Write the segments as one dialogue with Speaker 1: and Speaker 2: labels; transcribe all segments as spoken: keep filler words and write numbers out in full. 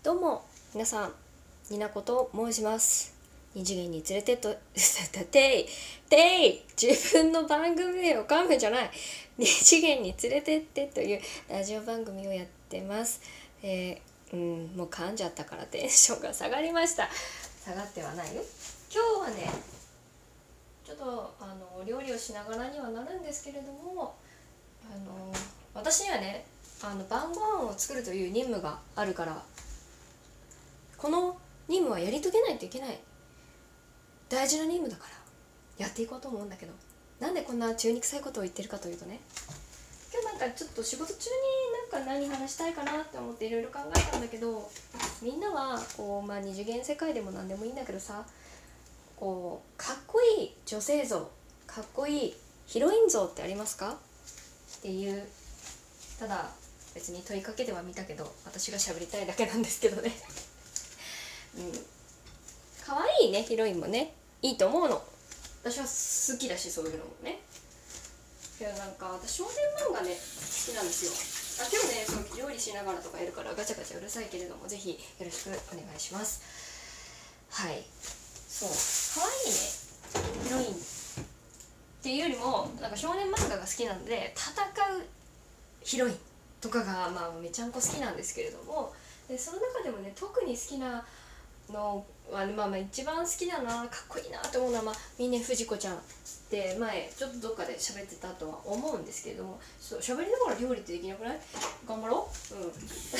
Speaker 1: どうも皆さん、になこと申します。二次元に連れてっとていてい自分の番組名を噛むんじゃない。二次元に連れてってというラジオ番組をやってます。えー、うんもう噛んじゃったからテンションが下がりました。下がってはないよ。今日はねちょっとあの料理をしながらにはなるんですけれども、あの私にはねあの晩ご飯を作るという任務があるから、この任務はやり遂げないといけない大事な任務だからやっていこうと思うんだけど、なんでこんな中に臭いことを言ってるかというとね、今日なんかちょっと仕事中になんか何話したいかなって思っていろいろ考えたんだけど、みんなはこう、まあ、二次元世界でも何でもいいんだけどさ、こうかっこいい女性像、かっこいいヒロイン像ってありますかっていう、ただ別に問いかけてはみたけど私が喋りたいだけなんですけどねうん、可愛いねヒロインもねいいと思うの。私は好きだし、そういうのもね。けどなんか私少年漫画ね好きなんですよ。あ今日ねそう料理しながらとかやるからガチャガチャうるさいけれども、ぜひよろしくお願いします。はい、そう可愛いねヒロインっていうよりもなんか少年漫画が好きなので、戦うヒロインとかがまあめちゃんこ好きなんですけれども、でその中でもね特に好きなのは、まあ、まあ一番好きだな、かっこいいなと思うのは、まあ、峰不二子ちゃんって前ちょっとどっかで喋ってたとは思うんですけれども、そう喋りながら料理ってできなくない？頑張ろう。うん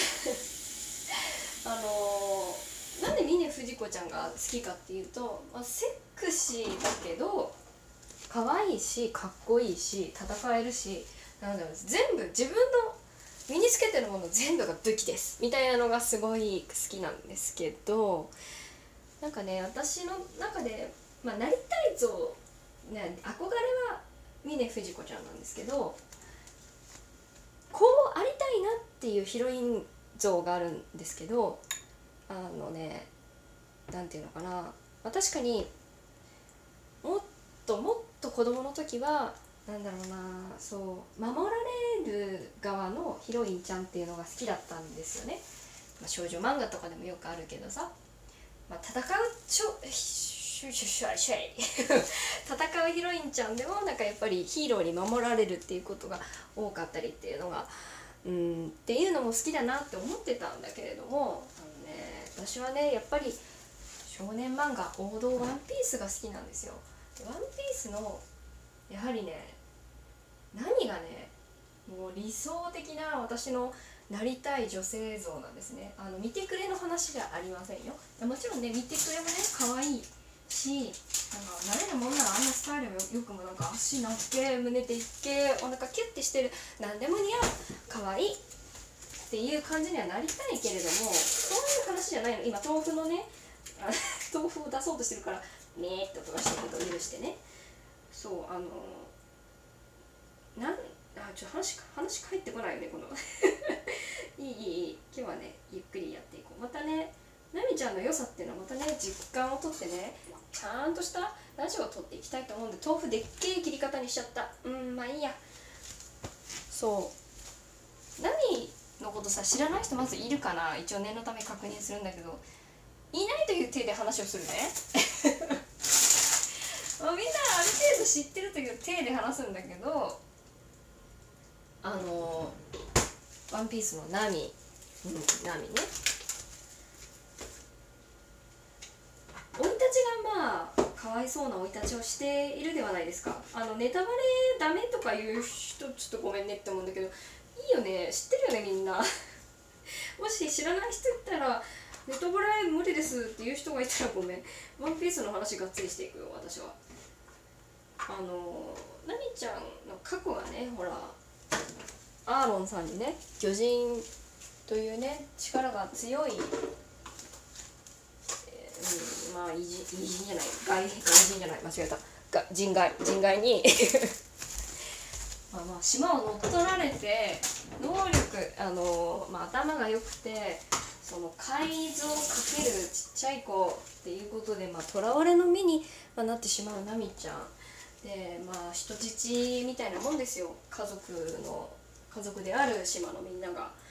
Speaker 1: あのー、なんで峰不二子ちゃんが好きかっていうと、まあ、セクシーだけど可愛いしかっこいいし戦えるし、なんだろう、全部自分の身につけてるもの全部が武器ですみたいなのがすごい好きなんですけど、なんかね私の中で、まあ、なりたい像、ね、憧れは峰不二子ちゃんなんですけど、こうありたいなっていうヒロイン像があるんですけど、あのねなんていうのかな、まあ、確かにもっともっと子供の時はなんだろうな、そう守られる側のヒロインちゃんっていうのが好きだったんですよね。まあ、少女漫画とかでもよくあるけどさ、まあ、戦うちょシュシュシュシュ戦うヒロインちゃんでもなんかやっぱりヒーローに守られるっていうことが多かったりっていうのがうんっていうのも好きだなって思ってたんだけれども、あの、ね、私はねやっぱり少年漫画王道ワンピースが好きなんですよ。ワンピースのやはりね何がねもう理想的な私のなりたい女性像なんですね。あの見てくれの話じゃありませんよ。もちろんね見てくれもね可愛いし、なんか慣れるもんならあんなスタイルも よ, よくもなんか足なっけ胸でいっけお腹キュッてしてる何でも似合う可愛いっていう感じにはなりたいけれども、そういう話じゃないの。今豆腐のね豆腐を出そうとしてるからねーって音がしてることを許してね。そうあのなんあちょっと話話返ってこないよねこのいいいいいい今日はねゆっくりやっていこう。またねなみちゃんの良さっていうのはまたね実感を取ってねちゃんとしたラジオを撮っていきたいと思うんで、豆腐でっけえ切り方にしちゃった。うんまあいいや。そうナミのことさ知らない人まずいるかな、一応念のため確認するんだけど、いないという体で話をするねまあ、みんなある程度知ってるという体で話すんだけど、あのワンピースのナミ、うん、ナミね、生い立ちがまあかわいそうな生い立ちをしているではないですか。あのネタバレダメとか言う人ちょっとごめんねって思うんだけど、いいよね知ってるよねみんなもし知らない人いたらネタバレ無理ですっていう人がいたらごめん。ワンピースの話がっつりしていくよ私は。あのナミちゃんの過去がね、ほらアーロンさんにね魚人というね力が強い、えーうん、まあ偉人偉人じゃない外外人じゃない間違えたが人外人外にまあまあ島を乗っ取られて能力あの、まあ、頭が良くてその改造かけるちっちゃい子っていうことでまあ囚われの身に、まあ、なってしまうナミちゃんで、まあ人質みたいなもんですよ、家族の家族である島のみんなが。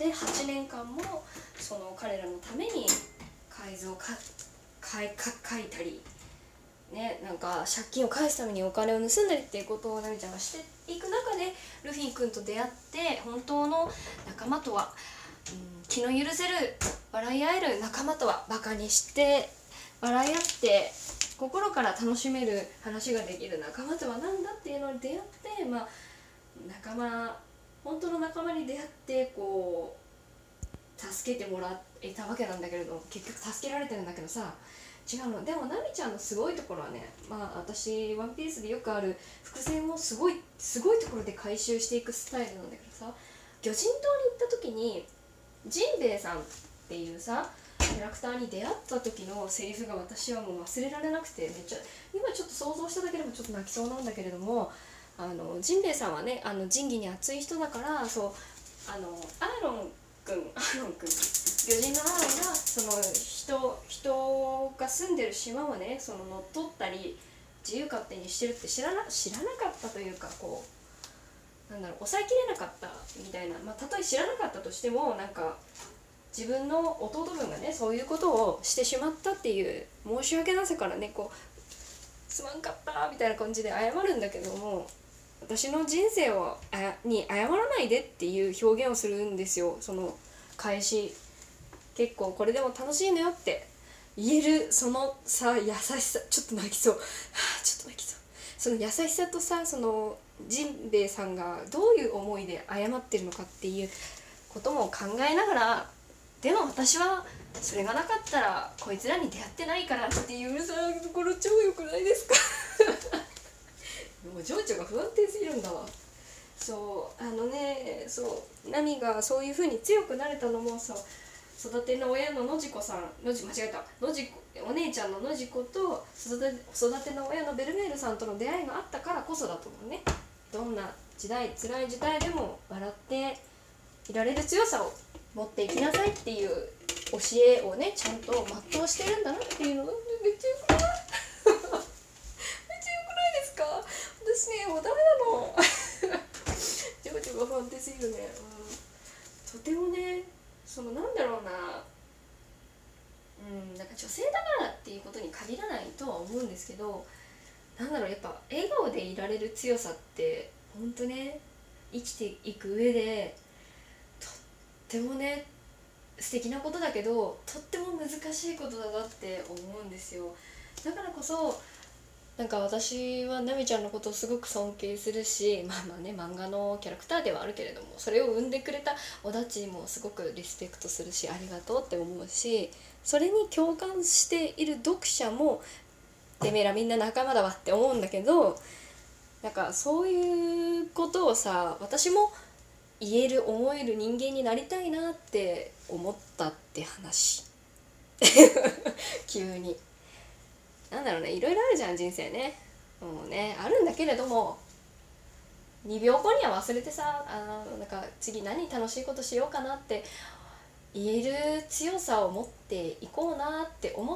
Speaker 1: ではちねんかんもその彼らのために改造か買いか書いたりね、なんか借金を返すためにお金を盗んだりっていうことをナミちゃんがしていく中でルフィ君と出会って本当の仲間とは、うん、気の許せる笑い合える仲間とはバカにして笑い合って心から楽しめる話ができる仲間とは何だっていうのに出会って、まあ仲間本当の仲間に出会ってこう助けてもらえたわけなんだけれど、結局助けられてるんだけどさ、違うの。でもナミちゃんのすごいところはね、まあ私ワンピースでよくある伏線をすごいすごいところで回収していくスタイルなんだけどさ、魚人島に行った時にジンベエさんっていうさキャラクターに出会った時のセリフが私はもう忘れられなくて、めっちゃ今ちょっと想像しただけでもちょっと泣きそうなんだけれども、あのジンベエさんはね、あの仁義に熱い人だから、そうあのアーロン君アーロン君魚人のアーロンがその人人が住んでる島をね、その乗っ取ったり自由勝手にしてるって知らな知らなかったというか、こうなんだろう、抑えきれなかったみたいな、まあたとえ知らなかったとしても、なんか自分の弟分がねそういうことをしてしまったっていう申し訳なさからね、こうすまんかったみたいな感じで謝るんだけども、私の人生をあに謝らないでっていう表現をするんですよ。その返し結構これでも楽しいのよって言えるそのさ優しさ、ちょっと泣きそう、はあ、ちょっと泣きそう。その優しさとさ、そのジンベエさんがどういう思いで謝ってるのかっていうことも考えながら、でも私はそれがなかったらこいつらに出会ってないからっていうさところ超良くないですかもう情緒が不安定すぎるんだわ。そうあのね、そうナミがそういう風に強くなれたのもさ、育ての親ののじこさんのじ間違えたのじこお姉ちゃんののじこと育て育ての親のベルメールさんとの出会いがあったからこそだと思うね。どんな時代辛い時代でも笑っていられる強さを持っていきなさいっていう教えをねちゃんと全うしてるんだなっていうのがめっちゃよくないめっちゃよくないですか。私ねもうダメなの情緒が不安定すぎるね、うん、とてもね、そのなんだろうな、うん、なんか女性だからっていうことに限らないとは思うんですけど、なんだろう、やっぱ笑顔でいられる強さってほんとね生きていく上でとってもね素敵なことだけど、とっても難しいことだなって思うんですよ。だからこそなんか私はナミちゃんのことをすごく尊敬するし、まあまあね漫画のキャラクターではあるけれども、それを生んでくれたオダチもすごくリスペクトするし、ありがとうって思うし、それに共感している読者もてめえらみんな仲間だわって思うんだけど、なんかそういうことをさ私も言える思える人間になりたいなって思ったって話急になんだろうね、いろいろあるじゃん人生ね、もうねあるんだけれどもにびょうごには忘れてさ、あのなんか次何楽しいことしようかなって言える強さを持っていこうなって思って、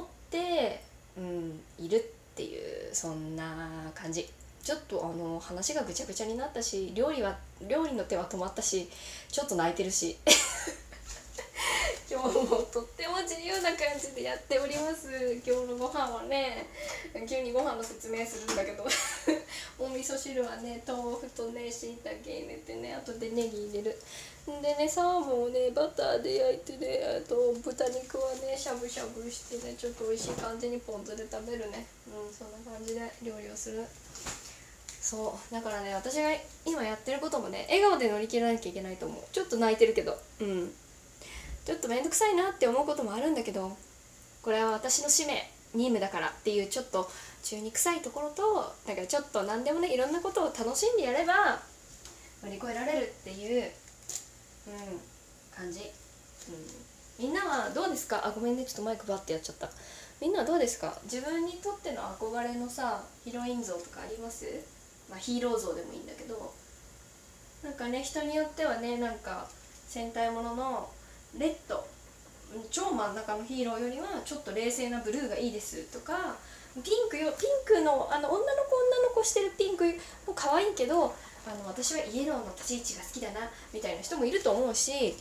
Speaker 1: うん、いるっていうそんな感じ。ちょっとあの話がぐちゃぐちゃになったし、料理は料理の手は止まったし、ちょっと泣いてるし今日もとっても自由な感じでやっております。今日のご飯はね、急にご飯の説明するんだけどお味噌汁はね豆腐とねしいたけ入れてね、あとでネギ入れるんでね、サーモンをねバターで焼いてね、あと豚肉はねしゃぶしゃぶしてね、ちょっと美味しい感じにポン酢で食べるね。うん、そんな感じで料理をする。そうだからね、私が今やってることもね笑顔で乗り切らなきゃいけないと思う。ちょっと泣いてるけど、うんちょっと面倒くさいなって思うこともあるんだけど、これは私の使命任務だからっていうちょっと中に臭いところと、だからちょっと何でもねいろんなことを楽しんでやれば乗り越えられるっていう、うん、感じ、うん、みんなはどうですか。あ、ごめんねちょっとマイクバッてやっちゃった。みんなはどうですか。自分にとっての憧れのさヒロイン像とかあります？まあヒーロー像でもいいんだけど、なんかね人によってはね、なんか戦隊もののレッド超真ん中のヒーローよりはちょっと冷静なブルーがいいですとか、ピンクよピンクのあの女の子女の子してるピンクも可愛いけど、あの私はイエローの立ち位置が好きだなみたいな人もいると思うし、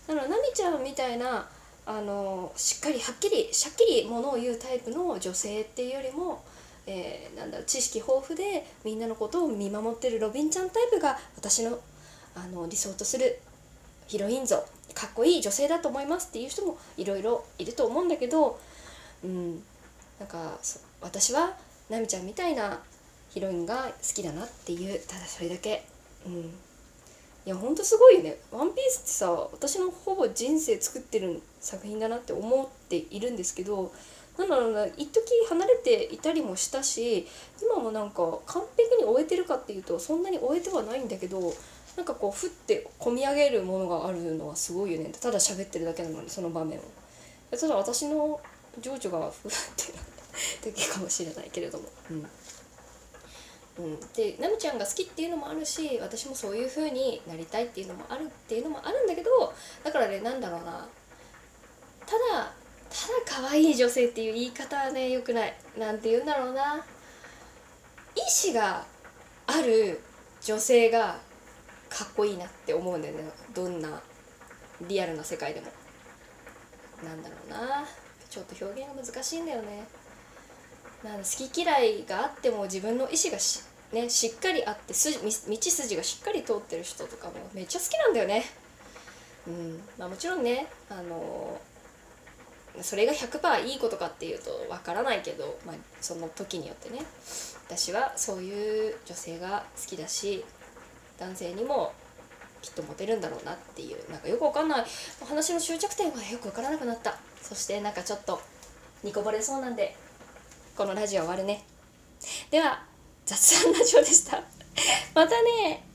Speaker 1: だからナミちゃんみたいなあのしっかりはっきりしゃっきりものを言うタイプの女性っていうよりも、えー、なんだろう知識豊富でみんなのことを見守ってるロビンちゃんタイプが私の、あの理想とするヒロイン像、かっこいい女性だと思いますっていう人もいろいろいると思うんだけど、うん、なんか私はナミちゃんみたいなヒロインが好きだなっていう、ただそれだけ。うん、いやほんとすごいよね。ワンピースってさ、私のほぼ人生作ってる作品だなって思っているんですけど、なんだろうな、一時離れていたりもしたし、今もなんか完璧に終えてるかっていうとそんなに終えてはないんだけど、なんかこうふって込み上げるものがあるのはすごいよね。ただ喋ってるだけなのにその場面を。ただ私の情緒がふってなだけかもしれないけれども、うんうん、でナミちゃんが好きっていうのもあるし、私もそういう風になりたいっていうのもあるっていうのもあるんだけど、だからね、なんだろうな、ただただ可愛い女性っていう言い方はね良くない。なんて言うんだろうな、意志がある女性がかっこいいなって思うんだよね。どんなリアルな世界でも。なんだろうな、ちょっと表現が難しいんだよね。なん好き嫌いがあっても自分の意思がし,、ね、しっかりあって筋道筋がしっかり通ってる人とかもめっちゃ好きなんだよね。うんまあ、もちろんね、あのー、それが ひゃくパーセント いいことかっていうとわからないけど、まあ、その時によってね、私はそういう女性が好きだし、男性にもきっとモテるんだろうなっていう、なんかよくわかんない話の終着点がよくわからなくなった。そしてなんかちょっと煮こぼれそうなんでこのラジオ終わるね。では雑談ラジオでしたまたね。